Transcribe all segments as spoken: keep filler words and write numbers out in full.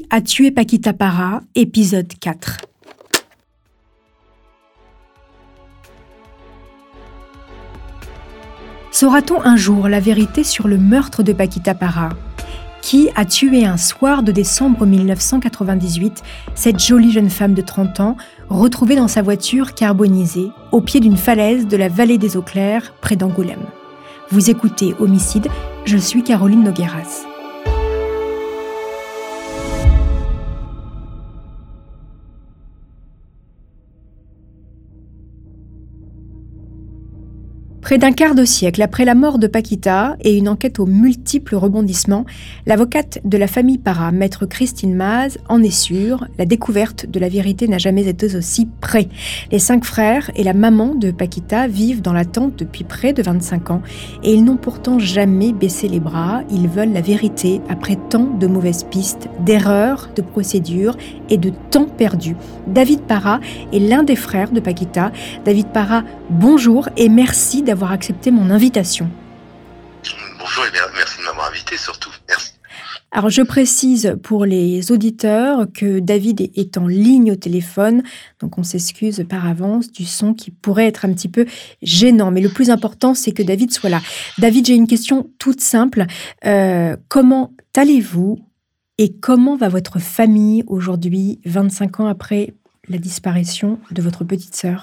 a tué Paquita Parra, épisode quatre. Saura-t-on un jour la vérité sur le meurtre de Paquita Parra ? Qui a tué un soir de décembre mille neuf cent quatre-vingt-dix-huit cette jolie jeune femme de trente ans, retrouvée dans sa voiture carbonisée, au pied d'une falaise de la vallée des Eaux Claires, près d'Angoulême. Vous écoutez Homicide, je suis Caroline Nogueras. Près d'un quart de siècle après la mort de Paquita et une enquête aux multiples rebondissements, l'avocate de la famille Parra, maître Christine Maz, en est sûre, la découverte de la vérité n'a jamais été aussi près. Les cinq frères et la maman de Paquita vivent dans l'attente depuis près de vingt-cinq ans et ils n'ont pourtant jamais baissé les bras. Ils veulent la vérité après tant de mauvaises pistes, d'erreurs, de procédures et de temps perdu. David Parra est l'un des frères de Paquita. David Parra, bonjour et merci d'avoir d'avoir accepté mon invitation. Bonjour et merci de m'avoir invité surtout. Merci. Alors je précise pour les auditeurs que David est en ligne au téléphone, donc on s'excuse par avance du son qui pourrait être un petit peu gênant. Mais le plus important, c'est que David soit là. David, j'ai une question toute simple. Euh, comment allez-vous et comment va votre famille aujourd'hui, vingt-cinq ans après la disparition de votre petite sœur ?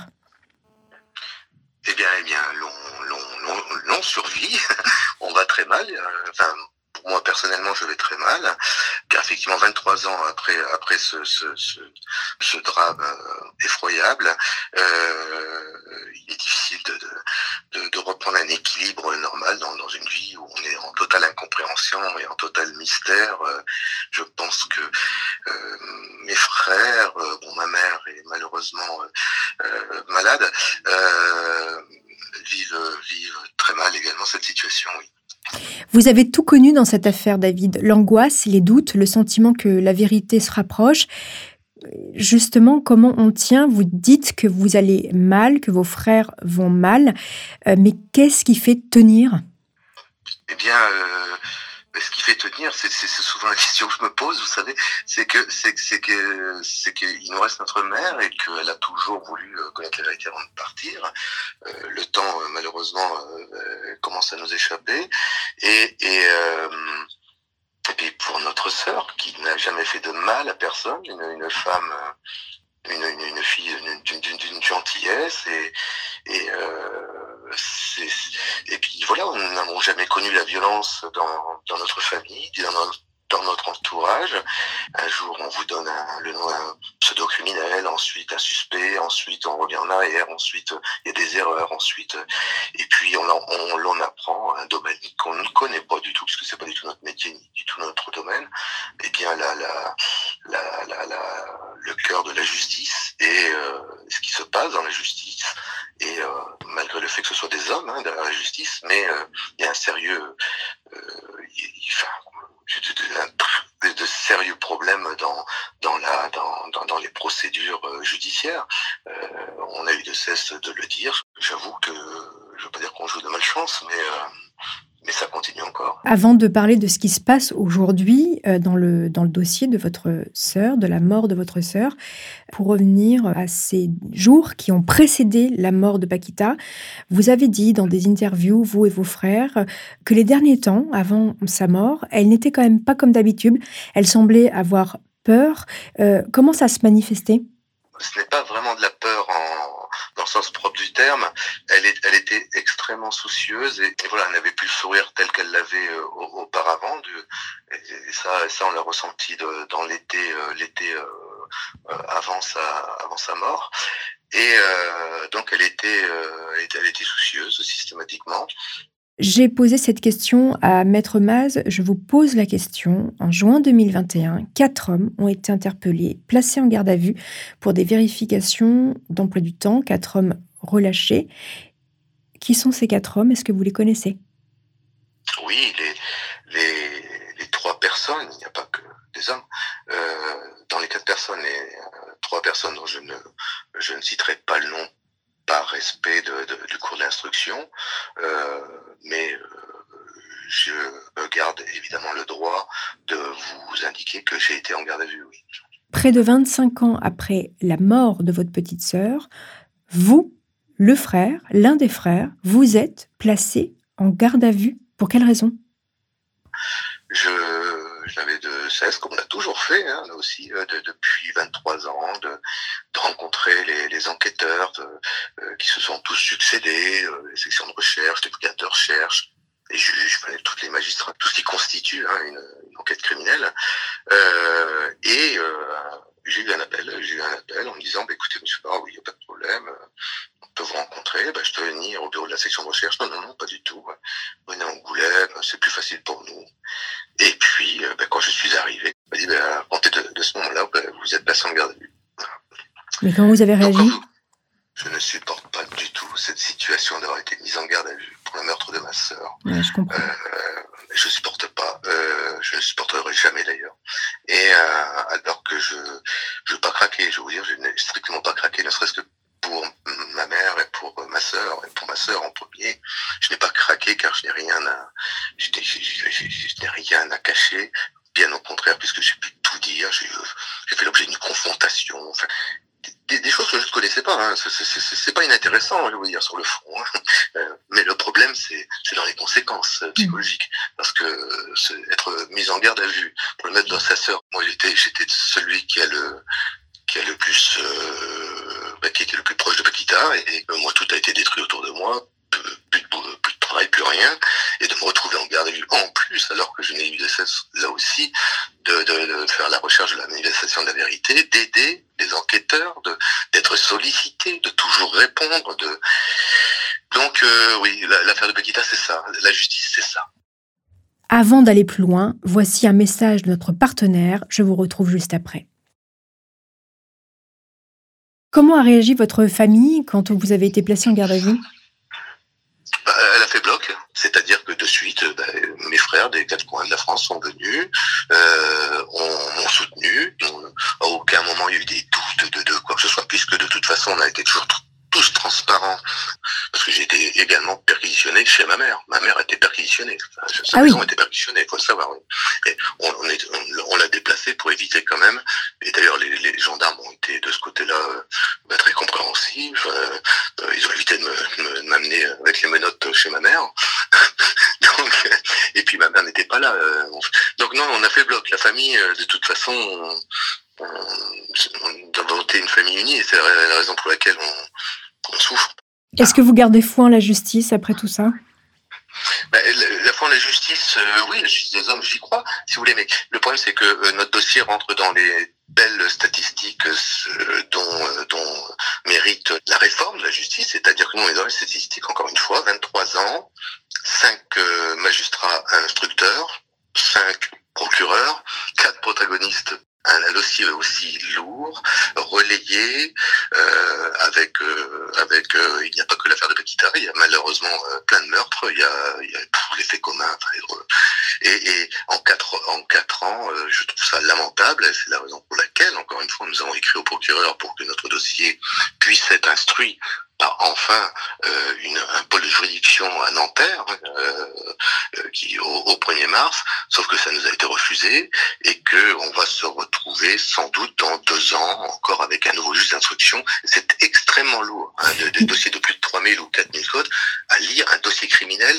Eh bien, eh bien, l'on, l'on, l'on, l'on survit. On va très mal. Enfin, pour moi personnellement, je vais très mal. Car effectivement, vingt-trois ans après après ce ce ce, ce drame euh, effroyable, euh, il est difficile de, de de de reprendre un équilibre normal dans dans une vie où on est en totale incompréhension et en total mystère. Euh, je pense que euh, mes frères, euh, bon, ma mère est malheureusement euh, euh, malade. Euh, vivent, vivent très mal également cette situation, oui. Vous avez tout connu dans cette affaire, David. L'angoisse, les doutes, le sentiment que la vérité se rapproche. Justement, comment on tient ? Vous dites que vous allez mal, que vos frères vont mal. Euh, mais qu'est-ce qui fait tenir ? Eh bien, euh, ce qui fait tenir, c'est, c'est, c'est souvent la question que je me pose, vous savez, c'est que c'est, c'est que c'est qu'il nous reste notre mère et qu'elle a toujours voulu connaître la vérité avant de partir. Euh, le temps, malheureusement, euh, commence à nous échapper. Et, et, euh, et puis pour notre sœur, qui n'a jamais fait de mal à personne, une, une femme, une, une, une fille d'une, d'une, d'une gentillesse et, et euh, c'est, et puis voilà, nous n'avons jamais connu la violence dans, dans notre famille, dans notre, dans notre entourage. Un jour, on vous donne un, le nom d'un pseudo-criminel, ensuite un suspect, ensuite on revient en arrière, ensuite il y a des erreurs, ensuite et puis on, on, l'on apprend un domaine qu'on ne connaît pas du tout, puisque c'est pas du tout notre métier ni du tout notre domaine. Eh bien, la, la, la, la, la, le cœur de la justice et euh, ce qui se passe dans la justice. Et euh, malgré le fait que ce soit des hommes hein, derrière la justice, mais euh, il y a un sérieux, euh, il, il, enfin, de, de, de sérieux problèmes dans dans la dans dans, dans les procédures judiciaires. Euh, on a eu de cesse de le dire. J'avoue que je veux pas dire qu'on joue de malchance, mais euh, mais ça continue encore. Avant de parler de ce qui se passe aujourd'hui euh, dans le dans le dossier de votre sœur, de la mort de votre sœur, pour revenir à ces jours qui ont précédé la mort de Paquita, vous avez dit dans des interviews, vous et vos frères, que les derniers temps, avant sa mort, elle n'était quand même pas comme d'habitude. Elle semblait avoir peur. Euh, comment ça se manifestait ? Ce n'est pas vraiment de la peur en, dans le sens propre du terme. Elle, est, elle était extrêmement soucieuse et, et voilà, elle n'avait plus le sourire tel qu'elle l'avait euh, auparavant. De, et, et ça, ça, on l'a ressenti de, dans l'été, euh, l'été euh, euh, avant sa, avant sa mort. Et euh, donc, elle était, euh, elle était, elle était soucieuse systématiquement. J'ai posé cette question à Maître Maz. Je vous pose la question. En juin deux mille vingt et un, quatre hommes ont été interpellés, placés en garde à vue pour des vérifications d'emploi du temps. Quatre hommes relâchés. Qui sont ces quatre hommes ? Est-ce que vous les connaissez ? Oui, les, les, les trois personnes, il n'y a pas que des hommes. Euh, dans les quatre personnes, les euh, trois personnes dont je ne, je ne citerai pas le nom par respect de, de, du cours d'instruction, euh, mais euh, je garde évidemment le droit de vous indiquer que j'ai été en garde à vue, oui. Près de vingt-cinq ans après la mort de votre petite sœur, vous, le frère, l'un des frères, vous êtes placé en garde à vue. Pour quelle raison? Je, je n'avais de cesse, comme on l'a toujours fait, hein, là aussi, euh, de, depuis vingt-trois ans, de, de rencontrer les, les enquêteurs de, euh, qui se sont tous succédés, euh, les sections de recherche, les brigades de recherche, les juges, enfin, toutes les magistrats, tout ce qui constitue hein, une, une enquête criminelle. Euh, et euh, j'ai eu un appel, j'ai eu un appel en me disant, bah, écoutez, monsieur Barre, oui, il n'y a pas de problème, on peut vous rencontrer, bah, je peux venir au bureau de la section de recherche. Non, non, non, pas du tout. Venez à Angoulême, c'est plus facile pour nous. Et puis, euh, bah, quand je suis arrivé, il m'a dit, bah, à compter de, de ce moment-là, bah, vous êtes placé en garde à vue. Voilà. Mais comment vous avez réagi? Donc, vous, je ne supporte pas du tout cette situation d'avoir été mise en garde à vue pour le meurtre de ma sœur. Ouais, je comprends. Euh, je supporte pas. Euh, je ne supporterai jamais d'ailleurs. Et euh, alors que je je veux pas craquer, je veux vous dire, je n'ai strictement pas craqué, ne serait-ce que pour ma mère et pour ma sœur, et pour ma sœur en premier. Je n'ai pas craqué car je n'ai rien à je n'ai, je, je, je, je n'ai rien à cacher. Bien au contraire, puisque j'ai pu tout dire, j'ai, j'ai fait l'objet d'une confrontation. Enfin, Des, des choses que je ne connaissais pas, hein. c'est, c'est, c'est, c'est pas inintéressant, je veux dire, sur le fond. Hein. Euh, mais le problème, c'est, c'est dans les conséquences psychologiques. Parce que euh, c'est être mis en garde à vue pour le mettre dans sa sœur. Moi, j'étais, j'étais celui qui a le, qui a le plus, euh, bah, qui était le plus proche de Paquita, et, et euh, moi, tout a été détruit autour de moi. Plus de, plus de travail, plus rien, et de me retrouver en garde à vue en plus, alors que je n'ai eu de cesse, là aussi, de, de, de faire la recherche de la manifestation de la vérité, d'aider les enquêteurs, de, d'être sollicité, de toujours répondre. De... Donc, euh, oui, la, l'affaire de Paquita, c'est ça. La justice, c'est ça. Avant d'aller plus loin, voici un message de notre partenaire. Je vous retrouve juste après. Comment a réagi votre famille quand vous avez été placé en garde à vue? Bah, elle a fait bloc, c'est-à-dire que de suite, bah, mes frères des quatre coins de la France sont venus, euh, ont, m'ont soutenu. On, à aucun moment il y a eu des doutes de, de quoi que ce soit, puisque de toute façon on a été toujours tous transparents. Parce que j'ai été également perquisitionné chez ma mère. Ma mère était perquisitionnée. Enfin, sa ah maison oui. était perquisitionnée, il faut le savoir. Et on, on, est, on, on l'a déplacé pour éviter quand même. Et d'ailleurs, les, les gendarmes ont été de ce côté-là bah, très compréhensifs. Euh, euh, ils ont évité de, me, de m'amener avec les menottes chez ma mère. Donc, et puis ma mère n'était pas là. Euh, donc non, on a fait bloc. La famille, de toute façon, on, on, on a voté une famille unie. Et c'est la, la raison pour laquelle on, on souffre. Est-ce que vous gardez foi en la justice après tout ça? Bah, la, la foi en la justice, euh, oui, la justice des hommes, j'y crois, si vous voulez, mais le problème c'est que euh, notre dossier rentre dans les belles statistiques euh, dont, euh, dont mérite la réforme de la justice, c'est-à-dire que nous on est dans les statistiques, encore une fois, vingt-trois ans, cinq euh, magistrats instructeurs, cinq procureurs, quatre protagonistes. Un dossier aussi lourd, relayé, euh, avec, euh, avec euh, il n'y a pas que l'affaire de Paquita, il y a malheureusement euh, plein de meurtres, il y a, il y a pff, les faits communs, et, et en quatre en quatre ans, euh, je trouve ça lamentable, et c'est la raison pour laquelle, encore une fois, nous avons écrit au procureur pour que notre dossier puisse être instruit par enfin euh, une, un pôle de juridiction à Nanterre euh, euh, qui au, au premier mars, sauf que ça nous a été refusé et que on va se retrouver sans doute dans deux ans encore avec un nouveau juge d'instruction. C'est extrêmement lourd, hein, de, des dossiers de plus de trois mille ou quatre mille codes à lire un dossier criminel.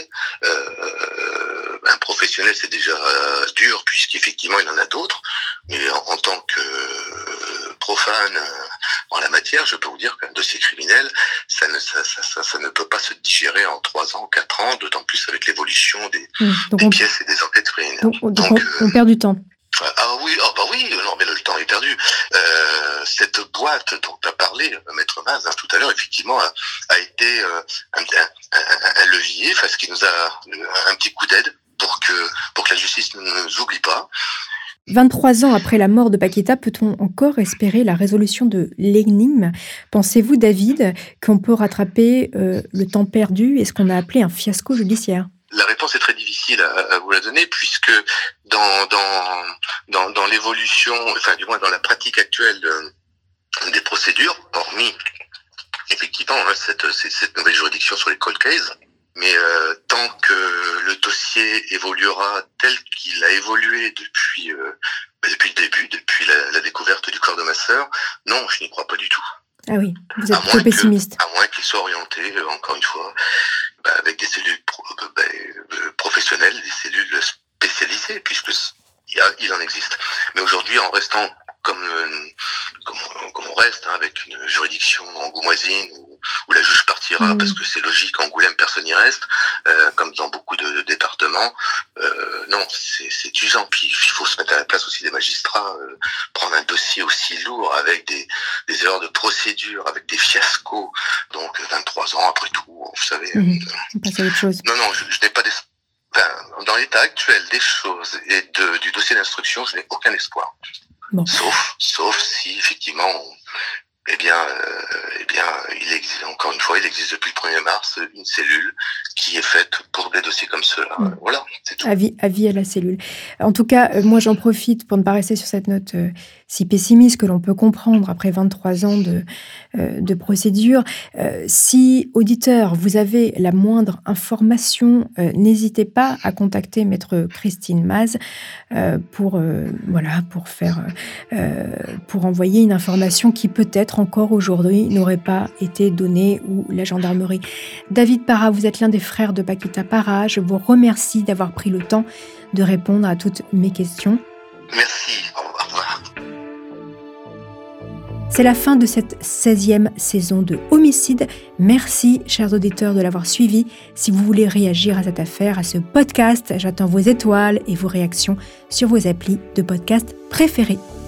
Euh, un professionnel c'est déjà euh, dur puisqu'effectivement il en a d'autres, mais en, en tant que euh, profane euh, en la matière, je peux vous dire qu'un dossier criminel Ça ne, ça, ça, ça, ça ne peut pas se digérer en trois ans, quatre ans, d'autant plus avec l'évolution des, mmh, des on, pièces et des enquêtes criminelles. Donc, donc on, euh, on perd du temps. Ah oui, oh bah oui, non mais le temps est perdu. Euh, cette boîte dont tu as parlé, Maître Maz, hein, tout à l'heure, effectivement, a, a été euh, un, un, un, un levier, enfin, ce qui nous a un petit coup d'aide pour que, pour que la justice ne nous oublie pas. vingt-trois ans après la mort de Paquita, peut-on encore espérer la résolution de l'énigme? Pensez-vous, David, qu'on peut rattraper euh, le temps perdu et ce qu'on a appelé un fiasco judiciaire? La réponse est très difficile à, à vous la donner puisque dans, dans, dans, dans l'évolution, enfin du moins dans la pratique actuelle de, des procédures, hormis effectivement hein, cette, cette nouvelle juridiction sur les cold cases, mais euh, tant que le dossier évoluera tel qu'il a évolué depuis euh, Depuis le début, depuis la, la découverte du corps de ma sœur, non, je n'y crois pas du tout. Ah oui, vous êtes trop pessimiste. Que, à moins qu'il soit orienté, euh, encore une fois, bah, avec des cellules pro, bah, euh, professionnelles, des cellules spécialisées, puisque il, y a, il en existe. Mais aujourd'hui, en restant comme, euh, comme, comme on reste, hein, avec une juridiction angoumoisine, où, où la juge partira, mmh. parce que c'est logique, Angoulême, personne n'y reste, euh, comme dans beaucoup de, de départements, euh, non, c'est, c'est usant. Puis il faut se mettre à la place aussi des magistrats, euh, prendre un dossier aussi lourd, avec des, des erreurs de procédure, avec des fiascos, donc vingt-trois ans après tout, vous savez. Mmh. Euh, on passe à autre chose. Non, non, je, je n'ai pas des... Enfin, dans l'état actuel des choses et de, du dossier d'instruction, je n'ai aucun espoir. Bon. Sauf, sauf si effectivement, on, eh bien, euh, eh bien, il existe encore une fois, il existe depuis le premier mars une cellule qui est faite pour des dossiers comme ceux-là. Mmh. Voilà, c'est tout. Avis, avis à la cellule. En tout cas, euh, moi, j'en profite pour ne pas rester sur cette note euh, si pessimiste que l'on peut comprendre après vingt-trois ans de, euh, de procédure. Euh, si, auditeur, vous avez la moindre information, euh, n'hésitez pas à contacter Maître Christine Maz euh, pour, euh, voilà, pour, faire, euh, pour envoyer une information qui peut-être encore aujourd'hui n'aurait pas été donnée ou la gendarmerie. David Para, vous êtes l'un des frères de Paquita Para. Je vous remercie d'avoir pris le temps de répondre à toutes mes questions. Merci, au revoir. C'est la fin de cette seizième saison de Homicide. Merci, chers auditeurs, de l'avoir suivi. Si vous voulez réagir à cette affaire, à ce podcast, j'attends vos étoiles et vos réactions sur vos applis de podcast préférés.